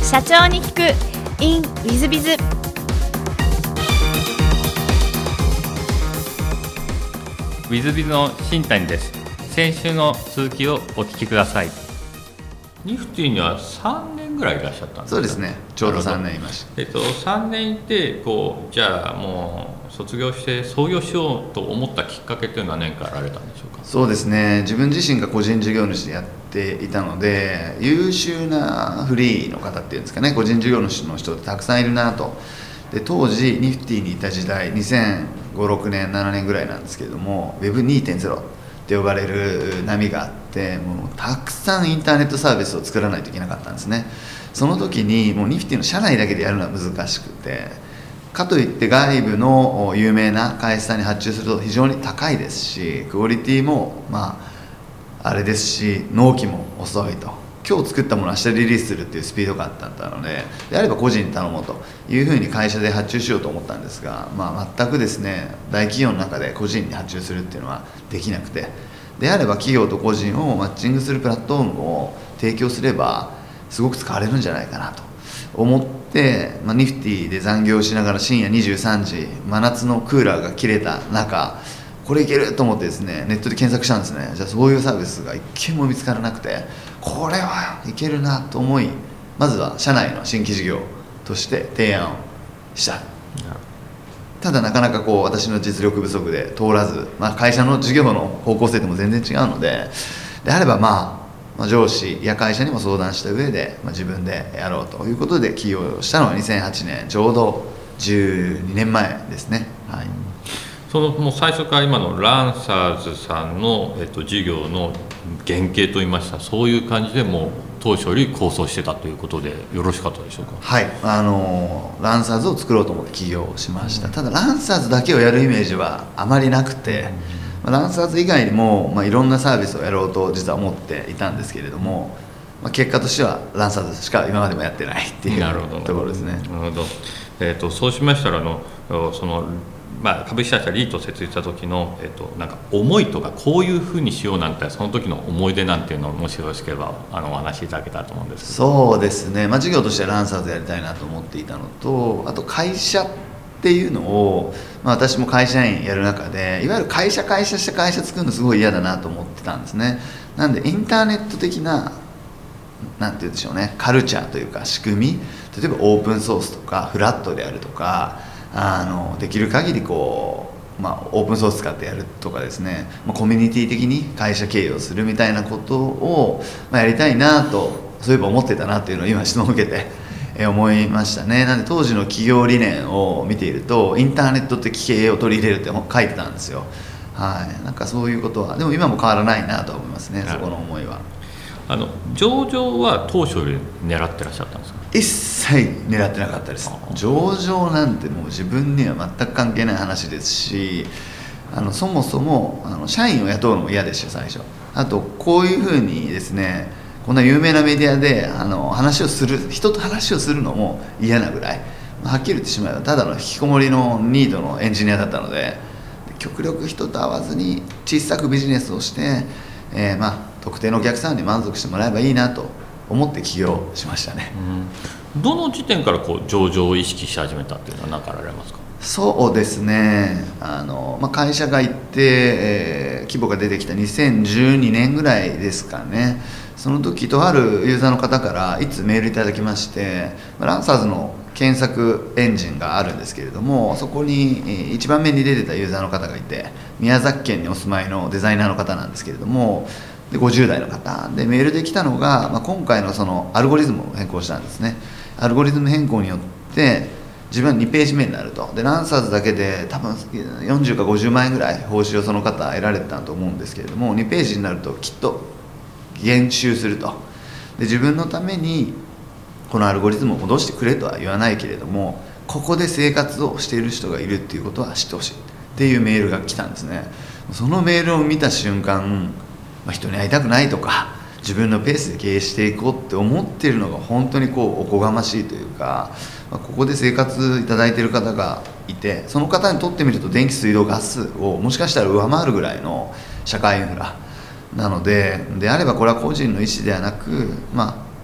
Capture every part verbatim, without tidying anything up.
社長に聞く in ウィズビズ。 ウィズビズの新谷です。先週の続きをお聞きください。ニフティにはさんねんぐらいいらっしゃったんですか？ そうですね、ちょうどさんねんいました。 えっと、さんねんいてこうじゃあもう卒業して創業しようと思ったきっかけというのは何かあられたんでしょうか？ そうですね、自分自身が個人事業主でやっていたので、優秀なフリーの方っていうんですかね、個人事業主の人ってたくさんいるなと。で当時ニフティにいた時代にせんご、ろくねんななねんぐらいなんですけれども ウェブにてんゼロ って呼ばれる波があって、もうたくさんインターネットサービスを作らないといけなかったんですね。その時にもうニフティの社内だけでやるのは難しくて、かといって外部の有名な会社さんに発注すると非常に高いですし、クオリティもまああれですし、納期も遅いと。今日作ったものを明日リリースするっていうスピード感だったので、であれば個人に頼もうというふうに会社で発注しようと思ったんですが、まあ、全くですね大企業の中で個人に発注するっていうのはできなくて、であれば企業と個人をマッチングするプラットフォームを提供すればすごく使われるんじゃないかなと思って、まあ、ニフティで残業しながら深夜にじゅうさんじ、真夏のクーラーが切れた中、これいけると思ってですねネットで検索したんですね。じゃあそういうサービスが一件も見つからなくて、これはいけるなと思い、まずは社内の新規事業として提案をした。ただなかなかこう私の実力不足で通らず、まあ、会社の事業の方向性とも全然違うので、であればまあ、まあ、上司や会社にも相談した上で、まあ、自分でやろうということで起業したのはにせんはちねん、ちょうどじゅうにねんまえですね。はい、 そのもう最初から今のランサーズさんの、えっと、事業の原型といいました、そういう感じでもう当初より構想してたということでよろしかったでしょうか？ はい、あのランサーズを作ろうと思って起業しました。ただランサーズだけをやるイメージはあまりなくて、まあ、ランサーズ以外にも、まあ、いろんなサービスをやろうと実は思っていたんですけれども、まあ、結果としてはランサーズしか今までもやってないっていうところですね。 なるほど、えー、とそうしましたらあのそのまあ、株式会社リートを設立した時の、えっと、なんか思いとかこういうふうにしようなんてその時の思い出なんていうのをもしよろしければあのお話しいただけたらと思うんですけど。 そうですね、まあ、事業としてはランサーズやりたいなと思っていたのと、あと会社っていうのを、まあ、私も会社員やる中でいわゆる会社会社して会社作るのすごい嫌だなと思ってたんですね。なんでインターネット的ななんて言うんでしょうね、カルチャーというか仕組み、例えばオープンソースとかフラットであるとか、あのできる限りこう、まあ、オープンソース使ってやるとかですね、まあ、コミュニティ的に会社経営をするみたいなことを、まあ、やりたいなとそういえば思ってたなっていうのを今質問を受けて、えー、思いましたね。なので当時の企業理念を見ているとインターネット的経営を取り入れるって書いてたんですよ。はい、なんかそういうことはでも今も変わらないなと思いますね、そこの思いは。 あの上場は当初より狙ってらっしゃったんですか？ 一切狙ってなかったです。上場なんてもう自分には全く関係ない話ですし、あのそもそもあの社員を雇うのも嫌でした最初。あとこういうふうにですね、こんな有名なメディアであの話をする人と話をするのも嫌なぐらい、はっきり言ってしまえばただの引きこもりのニートのエンジニアだったので、極力人と会わずに小さくビジネスをして、えー、まあ特定のお客さんに満足してもらえばいいなと思って起業しましたね。 うん、どの時点からこう上場を意識し始めたっていうのは何かあられますか？ そうですね、あの、まあ、会社が行って、えー、規模が出てきたにせんじゅうにねんぐらいですかね。その時とあるユーザーの方からいつメールいただきまして、ランサーズの検索エンジンがあるんですけれども、そこにいちばんめに出てたユーザーの方がいて、宮崎県にお住まいのデザイナーの方なんですけれども、でごじゅう代の方でメールで来たのが、まあ、今回のそのアルゴリズムを変更したんですね。アルゴリズム変更によって自分はにページ目になると。でランサーズだけで多分よんじゅうかごじゅうまんえんぐらい報酬をその方得られてたと思うんですけれども、にページになるときっと減収すると。で自分のためにこのアルゴリズムを戻してくれとは言わないけれども、ここで生活をしている人がいるっていうことは知ってほしいっていうメールが来たんですね。そのメールを見た瞬間、まあ、人に会いたくないとか自分のペースで経営していこうって思っているのが本当にこうおこがましいというか、まあ、ここで生活いただいている方がいて、その方にとってみると電気水道ガスをもしかしたら上回るぐらいの社会インフラなので、であればこれは個人の意思ではなく、まあ、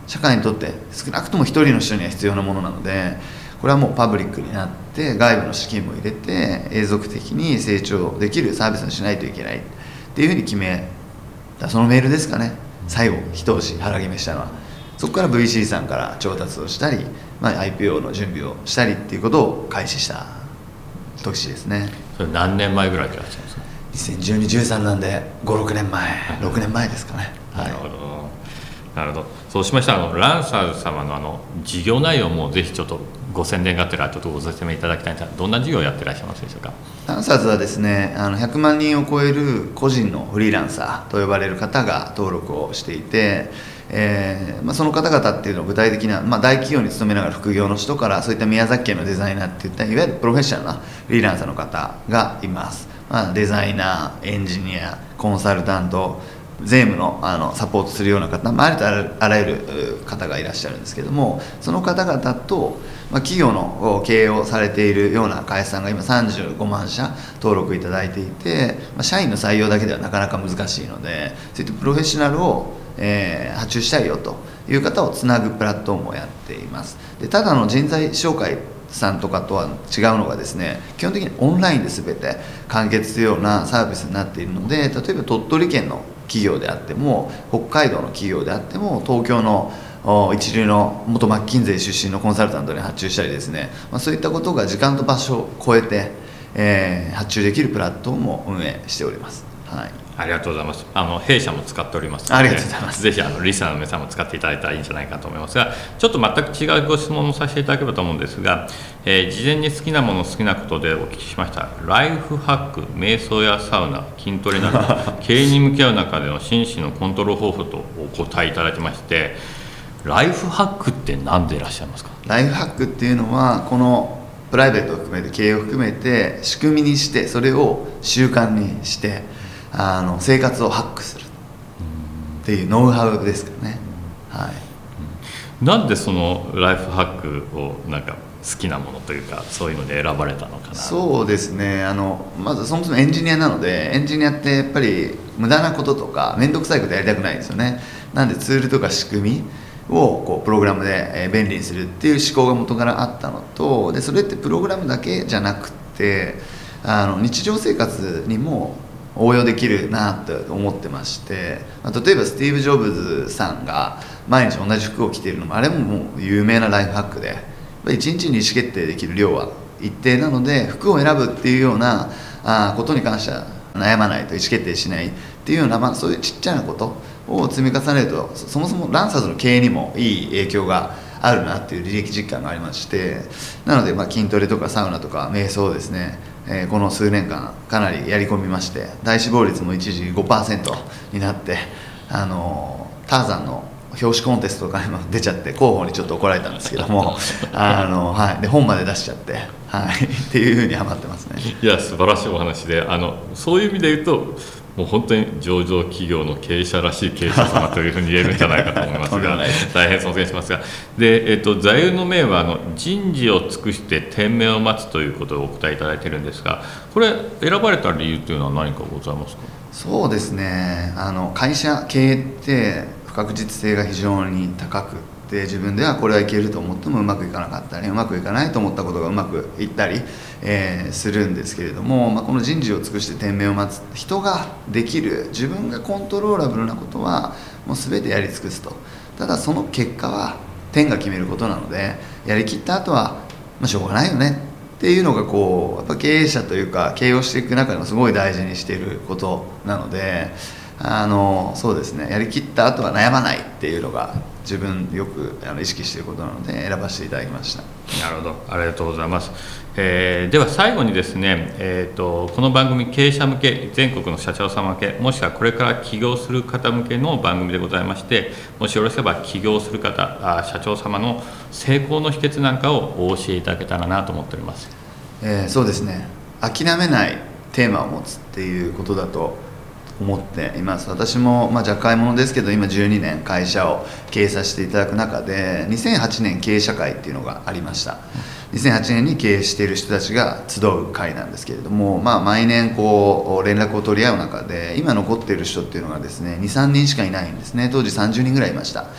社会にとって少なくとも一人の人には必要なものなので、これはもうパブリックになって外部の資金も入れて永続的に成長できるサービスにしないといけないっていうふうに決めた、そのメールですかね、最後一押し腹決めしたのは。そこから ブイシー さんから調達をしたり、まあ、アイピーオー の準備をしたりっていうことを開始した年ですね。 それ何年前ぐらいでいらっしゃるんですか？ にせんじゅうに、じゅうさんなんでご、ろくねんまえ、ろくねんまえですかね。 なるほど、なるほど。そうしましたら、あのランサーズ様のあの事業内容もぜひちょっとご宣伝がてらちょっとご説明いただきたいんですが、どんな事業をやっていらっしゃいますでしょうか？ ランサーズはですね、あのひゃくまんにんを超える個人のフリーランサーと呼ばれる方が登録をしていて、えーまあ、その方々っていうのは具体的な、まあ、大企業に勤めながら副業の人からそういった宮崎県のデザイナーっていったいわゆるプロフェッショナルなフリーランサーの方がいます。まあ、デザイナー、エンジニア、コンサルタント、税務 の, あのサポートするような方、まあ、ありとあらゆる方がいらっしゃるんですけども、その方々と、まあ、企業の経営をされているような会社さんが今さんじゅうごまんしゃ登録いただいていて、まあ、社員の採用だけではなかなか難しいので、そういったプロフェッショナルを、えー、発注したいよという方をつなぐプラットフォームをやっています。でただの人材紹介さんとかとは違うのがですね、基本的にオンラインで全て完結するようなサービスになっているので、例えば鳥取県の企業であっても北海道の企業であっても東京の一流の元マッキンゼー出身のコンサルタントに発注したりですね、まあ、そういったことが時間と場所を超えて、えー、発注できるプラットフォームを運営しております。はい、 ありがとうございます。あの弊社も使っておりますので、 ありがとうございます。 ぜひあのリスナーの皆さんも使っていただいたらいいんじゃないかと思いますが、ちょっと全く違うご質問をさせていただければと思うんですが、えー、事前に好きなもの好きなことでお聞きしましたライフハック、瞑想やサウナ、筋トレなど経営に向き合う中での心身のコントロール方法とお答えいただきまして、ライフハックって何でいらっしゃいますか？ ライフハックっていうのは、このプライベートを含めて経営を含めて仕組みにして、それを習慣にしてあの生活をハックするっていうノウハウですかね。はい、 なんでそのライフハックをなんか好きなものというか、そういうので選ばれたのかな？ そうですね、あのまずそもそもエンジニアなので、エンジニアってやっぱり無駄なこととか面倒くさいことやりたくないですよね。なんでツールとか仕組みをこうプログラムで便利にするっていう思考が元からあったのと、でそれってプログラムだけじゃなくて、あの日常生活にも応用できるなと思ってまして、例えばスティーブ・ジョブズさんが毎日同じ服を着ているのも、あれももう有名なライフハックで、やっぱりいちにちに意思決定できる量は一定なので、服を選ぶっていうようなあことに関しては悩まないと、意思決定しないっていうような、まあ、そういうちっちゃなことを積み重ねると、そもそもランサーズの経営にもいい影響があるなっていう履歴実感がありまして、なのでまあ筋トレとかサウナとか瞑想をですね、えー、この数年間かなりやり込みまして、体脂肪率も一時 ごパーセント になって、あのターザンの表紙コンテストとかにも出ちゃって広報にちょっと怒られたんですけどもあの、はい、で本まで出しちゃって、はい、っていうふうにハマってますね。 いや素晴らしいお話で、あのそういう意味で言うともう本当に上場企業の経営者らしい経営者様というふうに言えるんじゃないかと思いますが大変尊敬しますが、で、えっと、座右の銘はあの人事を尽くして天命を待つということをお答えいただいているんですが、これ選ばれた理由というのは何かございますか？ そうですね、あの会社経営って不確実性が非常に高くて、自分ではこれはいけると思ってもうまくいかなかったり、うまくいかないと思ったことがうまくいったり、えー、するんですけれども、まあ、この人事を尽くして天命を待つ、人ができる自分がコントローラブルなことはもう全てやり尽くすと。ただその結果は天が決めることなので、やりきった後は、まあ、しょうがないよねっていうのがこうやっぱ経営者というか経営をしていく中でもすごい大事にしていることなので、あのそうですね、やりきった後は悩まないっていうのが自分よくあの意識していることなので選ばせていただきました。 なるほど、ありがとうございます。えー、では最後にですね、えーと、この番組経営者向け、全国の社長様向け、もしくはこれから起業する方向けの番組でございまして、もしよろしければ起業する方、あ社長様の成功の秘訣なんかをお教えいただけたらなと思っております。 えー、そうですね、諦めないテーマを持つっていうことだと思っています。私も、まあ、若輩者ですけど今じゅうにねん会社を経営させていただく中でにせんはちねん経営者会っていうのがありました。にせんはちねんに経営している人たちが集う会なんですけれども、まあ、毎年こう連絡を取り合う中で今残っている人っていうのがですね にさんにんしかいないんですね。当時さんじゅうにんぐらいいました。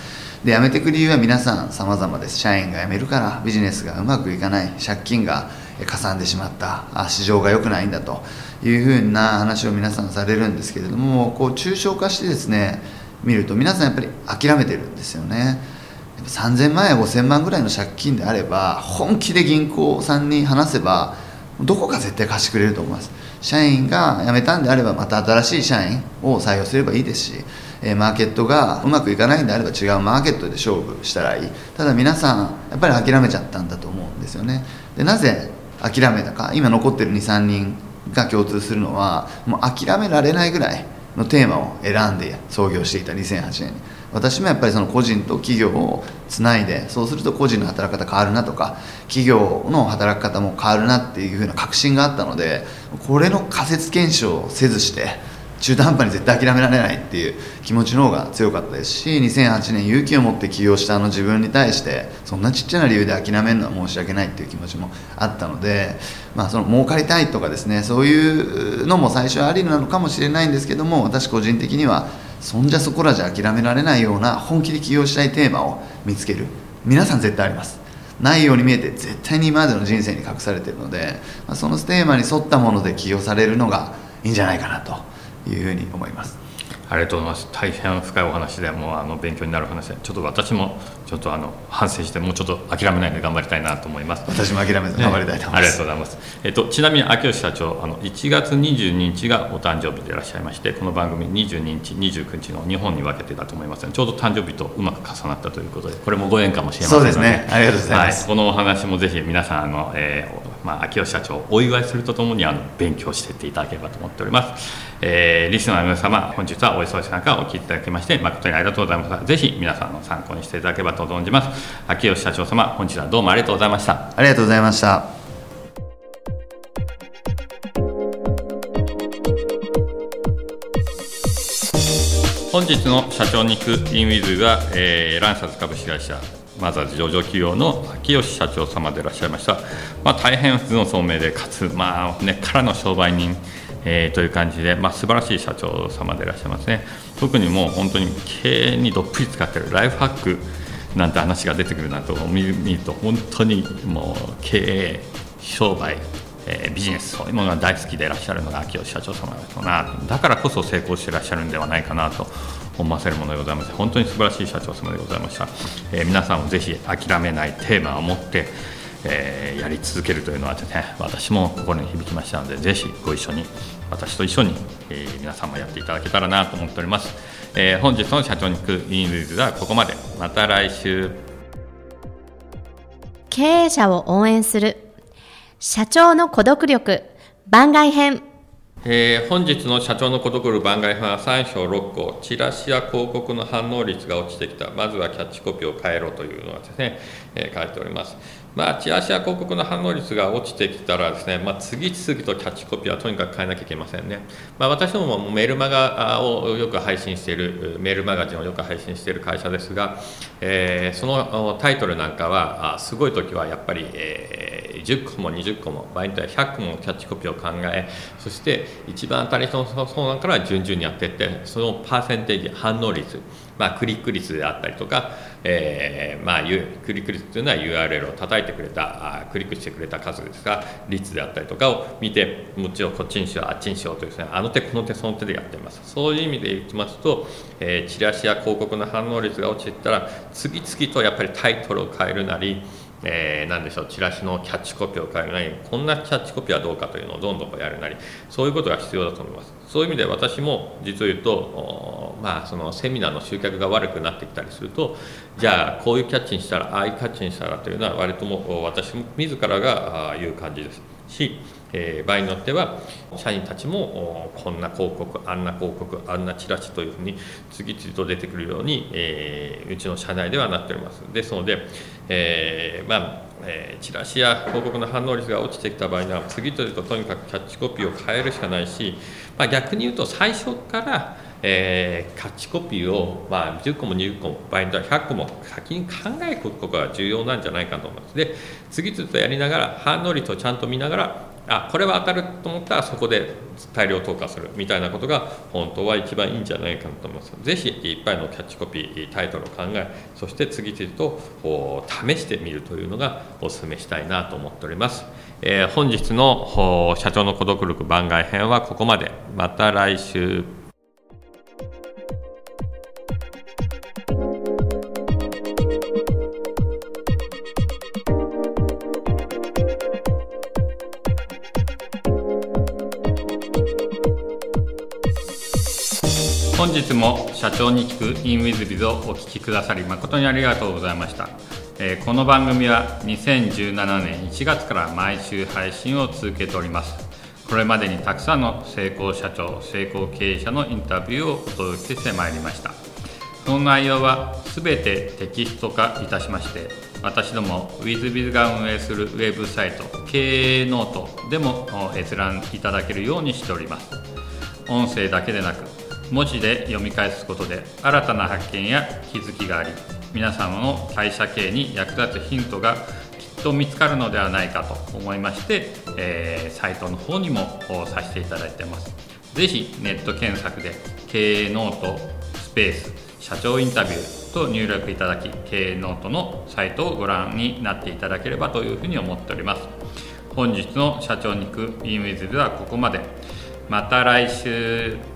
で辞めていく理由は皆さん様々です。社員が辞めるから、ビジネスがうまくいかない、借金がかさんでしまった、あ市場が良くないんだというふうな話を皆さんされるんですけれども、こう抽象化してですね見ると、皆さんやっぱり諦めてるんですよね。さんぜんまんやごせんまんぐらいの借金であれば、本気で銀行さんに話せばどこか絶対貸してくれると思います。社員が辞めたんであれば、また新しい社員を採用すればいいですし、マーケットがうまくいかないんであれば違うマーケットで勝負したらいい。ただ皆さんやっぱり諦めちゃったんだと思うんですよね。でなぜ諦めたか、今残ってる にさんにんが共通するのは、もう諦められないぐらいのテーマを選んで創業していたにせんはちねんに。私もやっぱりその個人と企業をつないで、そうすると個人の働き方変わるなとか、企業の働き方も変わるなっていうふうな確信があったので、これの仮説検証をせずして中途半端に絶対諦められないっていう気持ちの方が強かったですし、にせんはちねん勇気を持って起業したあの自分に対して、そんなちっちゃな理由で諦めるのは申し訳ないっていう気持ちもあったので、まあその儲かりたいとかですね、そういうのも最初はありなのかもしれないんですけども、私個人的にはそんじゃそこらじゃ諦められないような本気で起業したいテーマを見つける。皆さん絶対あります。ないように見えて絶対に今までの人生に隠されているので、まあ、そのテーマに沿ったもので起業されるのがいいんじゃないかなというふうに思います。 ありがとうございます。大変深いお話で、もうあの勉強になる話で、ちょっと私もちょっとあの反省して、もうちょっと諦めないで頑張りたいなと思います。 私も諦めず頑張りたいと思います。 ありがとうございます。えっと、ちなみに秋吉社長、あのいちがつにじゅうににちがお誕生日でいらっしゃいまして、この番組にじゅうににち、にじゅうくにちのにほんに分けてだと思いますので、ちょうど誕生日とうまく重なったということで、これもご縁かもしれませんので、 そうですね、ありがとうございます。 はい、このお話もぜひ皆さんあの、えーまあ、秋吉社長をお祝いするとともにあの勉強していっていただければと思っております。えー、リスナーの皆様、本日はお忙しい中お聞きいただきまして誠にありがとうございます。ぜひ皆さんの参考にしていただければと存じます。秋吉社長様、本日はどうもありがとうございました。 ありがとうございました。 本日の社長に行くインウィズは、えー、ランサス株式会社マザーズ上場企業の秋吉社長様でいらっしゃいました。まあ、大変頭脳聡明で、かつ、まあ、根っからの商売人、えー、という感じで、まあ、素晴らしい社長様でいらっしゃいますね。特にもう本当に経営にどっぷり使っているライフハックなんて話が出てくるなんて見ると、本当にもう経営、商売、えー、ビジネス、そういうものが大好きでいらっしゃるのが秋吉社長様だな。だからこそ成功していらっしゃるんではないかなと思わせるものでございます。本当に素晴らしい社長様でございました。えー、皆さんもぜひ諦めないテーマを持って、えー、やり続けるというのはですね、私も心に響きましたので、ぜひご一緒に、私と一緒に、えー、皆さんもやっていただけたらなと思っております。えー、本日の社長に行くインウィズはここまで。また来週。 経営者を応援する社長の孤独力番外編。 えー、本日の社長の孤独力番外編はさん章ろっ項、チラシや広告の反応率が落ちてきた、まずはキャッチコピーを変えろというのがですね、えー、書いております。まあ、チラシや広告の反応率が落ちてきたらですね、まあ、次々とキャッチコピーはとにかく変えなきゃいけませんね。まあ、私どももメールマガをよく配信している、メールマガジンをよく配信している会社ですが、えー、そのタイトルなんかは、すごい時はやっぱり、えー、じゅっこもにじゅっこも、場合によってはひゃっこもキャッチコピーを考え、そして一番当たりそうなのから順々にやっていって、そのパーセンテージ、反応率、まあ、クリック率であったりとか、えーまあ、クリック率というのは ユーアールエル を叩いてくれた、クリックしてくれた数ですが、率であったりとかを見て、もちろんこっちにしよう、あっちにしようというですね、あの手この手その手でやっています。そういう意味でいきますと、えー、チラシや広告の反応率が落ちていったら、次々とやっぱりタイトルを変えるなり、えー、何でしょう、チラシのキャッチコピーを変えるなり、こんなキャッチコピーはどうかというのをどんどんやるなり、そういうことが必要だと思います。そういう意味で私も実を言うと、まあ、そのセミナーの集客が悪くなってきたりすると、じゃあこういうキャッチにしたら、ああいうキャッチにしたらというのは割とも私自らが言う感じですし、えー、場合によっては社員たちもこんな広告、あんな広告、あんなチラシというふうに次々と出てくるように、えー、うちの社内ではなっております。ですので、えー、まあえー、チラシや広告の反応率が落ちてきた場合には、次々ととにかくキャッチコピーを変えるしかないし、まあ、逆に言うと最初から、えー、キャッチコピーを、まあ、じゅっこもにじゅっこも場合によってはひゃっこも先に考えることが重要なんじゃないかと思います。で、次々とやりながら反応率をちゃんと見ながらあこれは当たると思ったらそこで大量投下するみたいなことが本当は一番いいんじゃないかなと思います。ぜひいっぱいのキャッチコピータイトルを考え、そして次々と試してみるというのがお勧めしたいなと思っております。えー、本日の社長の孤独力番外編はここまで。また来週。本日も社長に聞く インウィズビズ をお聞きくださり誠にありがとうございました。えー、この番組はにせんじゅうななねんいちがつから毎週配信を続けております。これまでにたくさんの成功社長、成功経営者のインタビューをお届けしてまいりました。その内容はすべてテキスト化いたしまして、私ども ウィズビズ が運営するウェブサイト経営ノートでも閲覧いただけるようにしております。音声だけでなく文字で読み返すことで新たな発見や気づきがあり、皆様の会社経営に役立つヒントがきっと見つかるのではないかと思いまして、えー、サイトの方にもさせていただいています。ぜひネット検索で経営ノートスペース社長インタビューと入力いただき、経営ノートのサイトをご覧になっていただければというふうに思っております。本日の社長に行く インウィズ ではここまで。また来週。